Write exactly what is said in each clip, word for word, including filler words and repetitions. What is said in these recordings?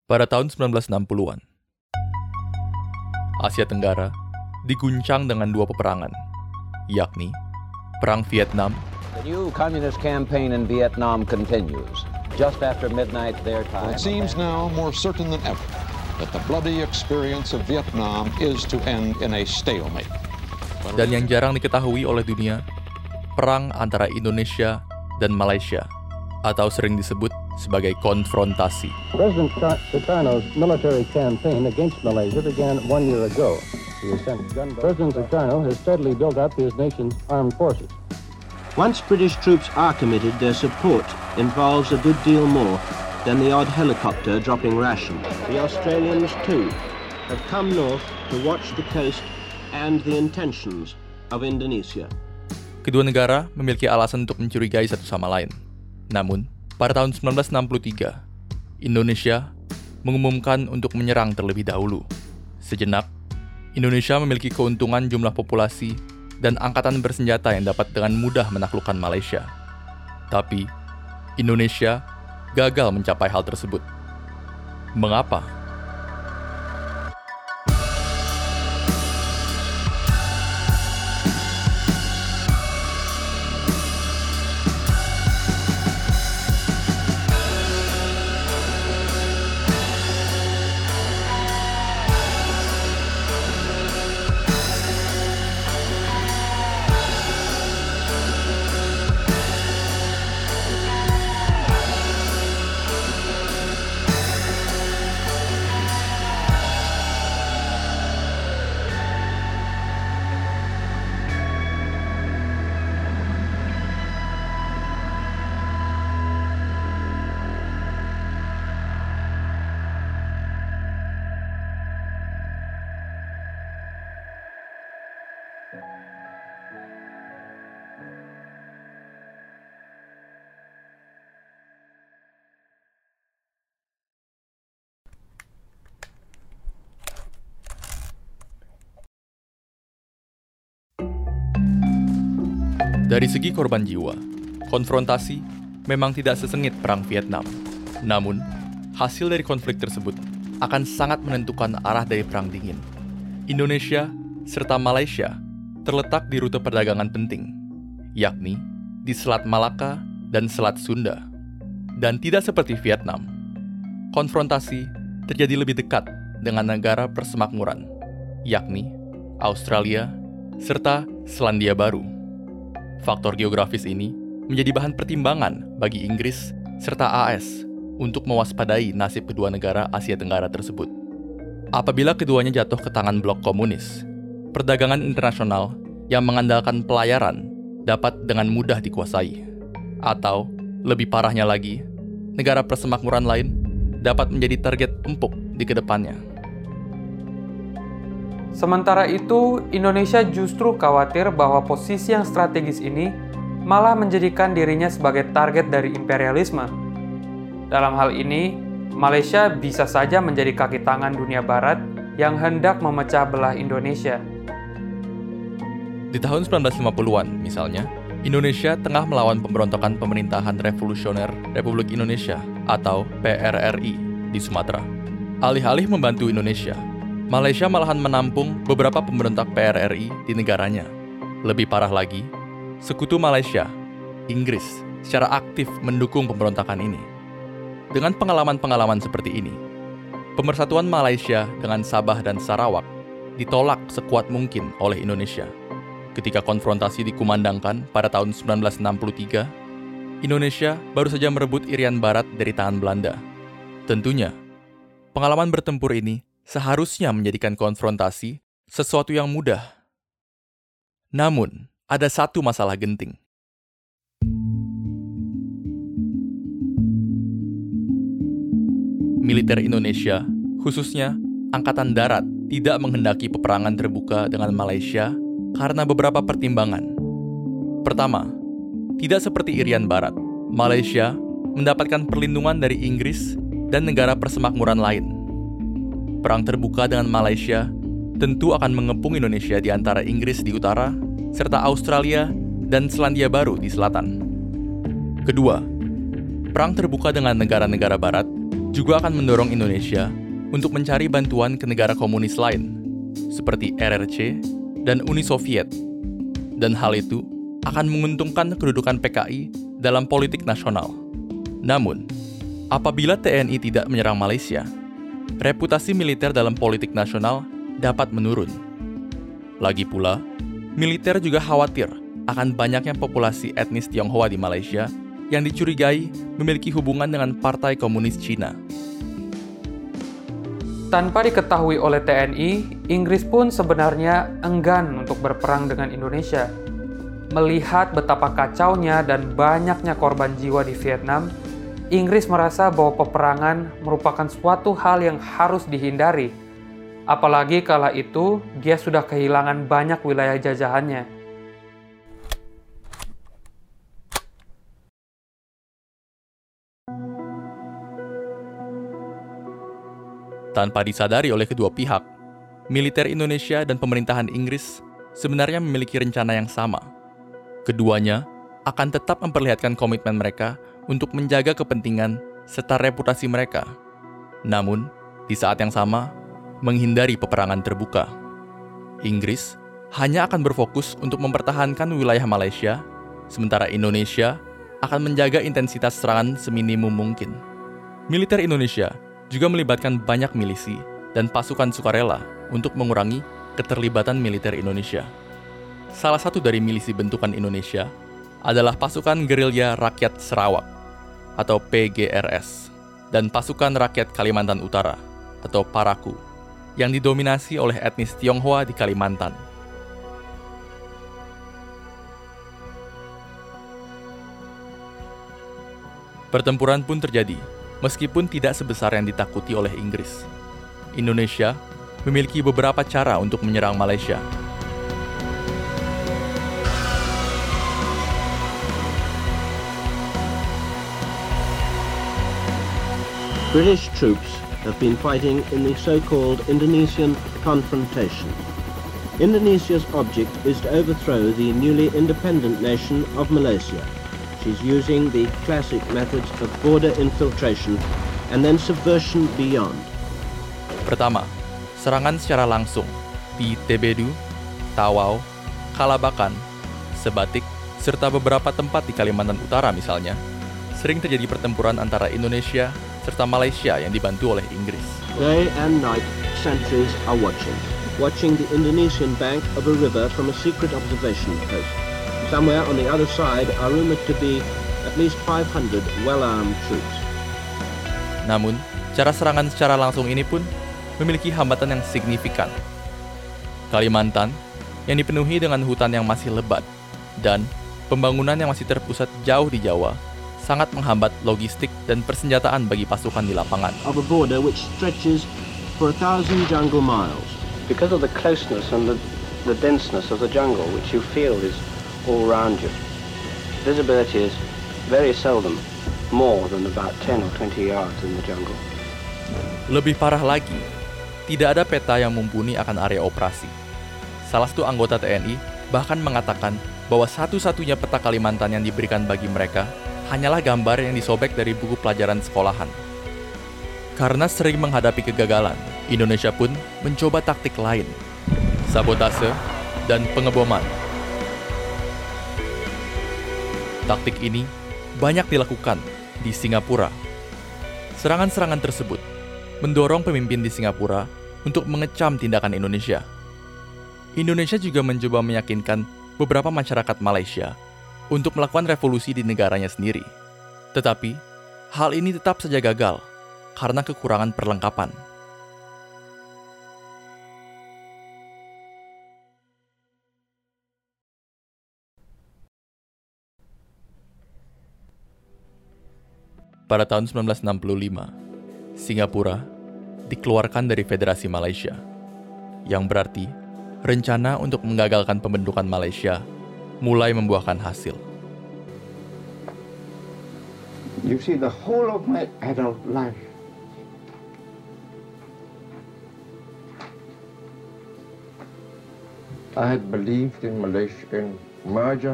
Pada tahun sembilan belas enam puluhan, Asia Tenggara diguncang dengan dua peperangan, yakni Perang Vietnam. The new communist campaign in Vietnam continues. Just after midnight their time. It seems now more certain than ever that the bloody experience of Vietnam is to end in a stalemate. Dan yang jarang diketahui oleh dunia, perang antara Indonesia dan Malaysia, atau sering disebut sebagai konfrontasi. President Sukarno's military campaign against Malaysia began one year ago. President Sukarno has steadily built up his nation's armed forces. Once British troops are committed, their support involves a good deal more than the odd helicopter dropping rations. The Australians, too, have come north to watch the coast and the intentions of Indonesia. Kedua negara memiliki alasan untuk mencurigai satu sama lain. Namun, pada tahun sembilan belas enam puluh tiga, Indonesia mengumumkan untuk menyerang terlebih dahulu. Sejenak, Indonesia memiliki keuntungan jumlah populasi dan angkatan bersenjata yang dapat dengan mudah menaklukkan Malaysia. Tapi, Indonesia gagal mencapai hal tersebut. Mengapa? Dari segi korban jiwa, konfrontasi memang tidak sesengit Perang Vietnam. Namun, hasil dari konflik tersebut akan sangat menentukan arah dari Perang Dingin. Indonesia serta Malaysia terletak di rute perdagangan penting, yakni di Selat Malaka dan Selat Sunda. Dan tidak seperti Vietnam, konfrontasi terjadi lebih dekat dengan negara persemakmuran, yakni Australia serta Selandia Baru. Faktor geografis ini menjadi bahan pertimbangan bagi Inggris serta A S untuk mewaspadai nasib kedua negara Asia Tenggara tersebut. Apabila keduanya jatuh ke tangan blok komunis, perdagangan internasional yang mengandalkan pelayaran dapat dengan mudah dikuasai. Atau, lebih parahnya lagi, negara persemakmuran lain dapat menjadi target empuk di kedepannya. Sementara itu, Indonesia justru khawatir bahwa posisi yang strategis ini malah menjadikan dirinya sebagai target dari imperialisme. Dalam hal ini, Malaysia bisa saja menjadi kaki tangan dunia barat yang hendak memecah belah Indonesia. Di tahun sembilan belas lima puluhan, misalnya, Indonesia tengah melawan pemberontakan pemerintahan revolusioner Republik Indonesia atau P R R I di Sumatera. Alih-alih membantu Indonesia, Malaysia malahan menampung beberapa pemberontak P R R I di negaranya. Lebih parah lagi, sekutu Malaysia, Inggris, secara aktif mendukung pemberontakan ini. Dengan pengalaman-pengalaman seperti ini, pemersatuan Malaysia dengan Sabah dan Sarawak ditolak sekuat mungkin oleh Indonesia. Ketika konfrontasi dikumandangkan pada tahun sembilan belas enam puluh tiga, Indonesia baru saja merebut Irian Barat dari tangan Belanda. Tentunya, pengalaman bertempur ini seharusnya menjadikan konfrontasi sesuatu yang mudah. Namun, ada satu masalah genting. Militer Indonesia, khususnya Angkatan Darat, tidak menghendaki peperangan terbuka dengan Malaysia karena beberapa pertimbangan. Pertama, tidak seperti Irian Barat, Malaysia mendapatkan perlindungan dari Inggris dan negara persemakmuran lain. Perang terbuka dengan Malaysia tentu akan mengepung Indonesia di antara Inggris di utara, serta Australia dan Selandia Baru di selatan. Kedua, perang terbuka dengan negara-negara barat juga akan mendorong Indonesia untuk mencari bantuan ke negara komunis lain, seperti R R C dan Uni Soviet. Dan hal itu akan menguntungkan kedudukan P K I dalam politik nasional. Namun, apabila T N I tidak menyerang Malaysia, reputasi militer dalam politik nasional dapat menurun. Lagi pula, militer juga khawatir akan banyaknya populasi etnis Tionghoa di Malaysia yang dicurigai memiliki hubungan dengan Partai Komunis Cina. Tanpa diketahui oleh T N I, Inggris pun sebenarnya enggan untuk berperang dengan Indonesia. Melihat betapa kacaunya dan banyaknya korban jiwa di Vietnam, Inggris merasa bahwa peperangan merupakan suatu hal yang harus dihindari. Apalagi kala itu dia sudah kehilangan banyak wilayah jajahannya. Tanpa disadari oleh kedua pihak, militer Indonesia dan pemerintahan Inggris sebenarnya memiliki rencana yang sama. Keduanya akan tetap memperlihatkan komitmen mereka untuk menjaga kepentingan serta reputasi mereka. Namun, di saat yang sama, menghindari peperangan terbuka. Inggris hanya akan berfokus untuk mempertahankan wilayah Malaysia, sementara Indonesia akan menjaga intensitas serangan seminimum mungkin. Militer Indonesia juga melibatkan banyak milisi dan pasukan sukarela untuk mengurangi keterlibatan militer Indonesia. Salah satu dari milisi bentukan Indonesia adalah pasukan gerilya rakyat Sarawak atau P G R S dan pasukan rakyat Kalimantan Utara atau Paraku yang didominasi oleh etnis Tionghoa di Kalimantan. Pertempuran pun terjadi, meskipun tidak sebesar yang ditakuti oleh Inggris. Indonesia memiliki beberapa cara untuk menyerang Malaysia. British troops have been fighting in the so-called Indonesian confrontation. Indonesia's object is to overthrow the newly independent nation of Malaysia. She's using the classic methods of border infiltration and then subversion beyond. Pertama, serangan secara langsung di Tebedu, Tawau, Kalabakan, Sebatik, serta beberapa tempat di Kalimantan Utara misalnya, sering terjadi pertempuran antara Indonesia serta Malaysia yang dibantu oleh Inggris. Day and night, sentries are watching, watching the Indonesian bank of a river from a secret observation post. Somewhere on the other side are rumored to be at least five hundred well-armed troops. Namun, cara serangan secara langsung ini pun memiliki hambatan yang signifikan. Kalimantan yang dipenuhi dengan hutan yang masih lebat dan pembangunan yang masih terpusat jauh di Jawa sangat menghambat logistik dan persenjataan bagi pasukan di lapangan. Of a border which stretches for a thousand jungle miles. Because of the closeness and the, the denseness of the jungle, which you feel is all around you, visibility is very seldom more than about ten or twenty yards in the jungle. Lebih parah lagi, tidak ada peta yang mumpuni akan area operasi. Salah satu anggota T N I bahkan mengatakan bahwa satu-satunya peta Kalimantan yang diberikan bagi mereka hanyalah gambar yang disobek dari buku pelajaran sekolahan. Karena sering menghadapi kegagalan, Indonesia pun mencoba taktik lain, sabotase dan pengeboman. Taktik ini banyak dilakukan di Singapura. Serangan-serangan tersebut mendorong pemimpin di Singapura untuk mengecam tindakan Indonesia. Indonesia juga mencoba meyakinkan beberapa masyarakat Malaysia untuk melakukan revolusi di negaranya sendiri. Tetapi, hal ini tetap saja gagal karena kekurangan perlengkapan. Pada tahun seribu sembilan ratus enam puluh lima, Singapura dikeluarkan dari Federasi Malaysia, yang berarti rencana untuk menggagalkan pembentukan Malaysia mulai membuahkan hasil. You see, the whole of my adult life I had believed in Malaysian merger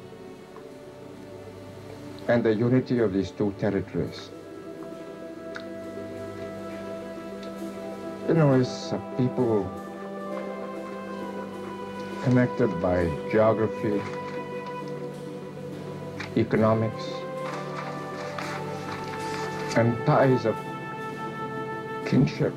and the unity of these two territories. You know, it's a people connected by geography, economics, and ties of kinship.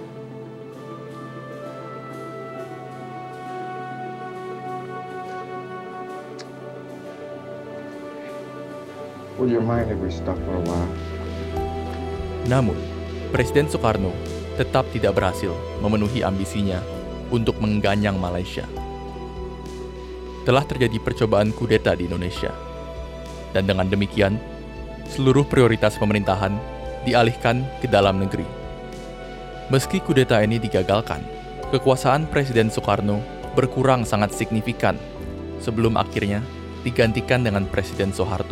Would you mind if we stop for a while? Namun, Presiden Soekarno tetap tidak berhasil memenuhi ambisinya untuk mengganyang Malaysia. Telah terjadi percobaan kudeta di Indonesia, dan dengan demikian, seluruh prioritas pemerintahan dialihkan ke dalam negeri. Meski kudeta ini digagalkan, kekuasaan Presiden Soekarno berkurang sangat signifikan sebelum akhirnya digantikan dengan Presiden Soeharto.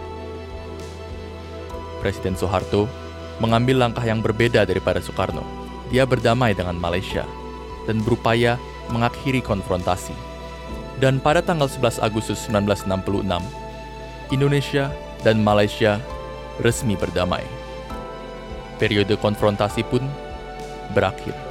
Presiden Soeharto mengambil langkah yang berbeda daripada Soekarno. Dia berdamai dengan Malaysia dan berupaya mengakhiri konfrontasi. Dan pada tanggal sebelas Agustus seribu sembilan ratus enam puluh enam, Indonesia dan Malaysia resmi berdamai. Periode konfrontasi pun berakhir.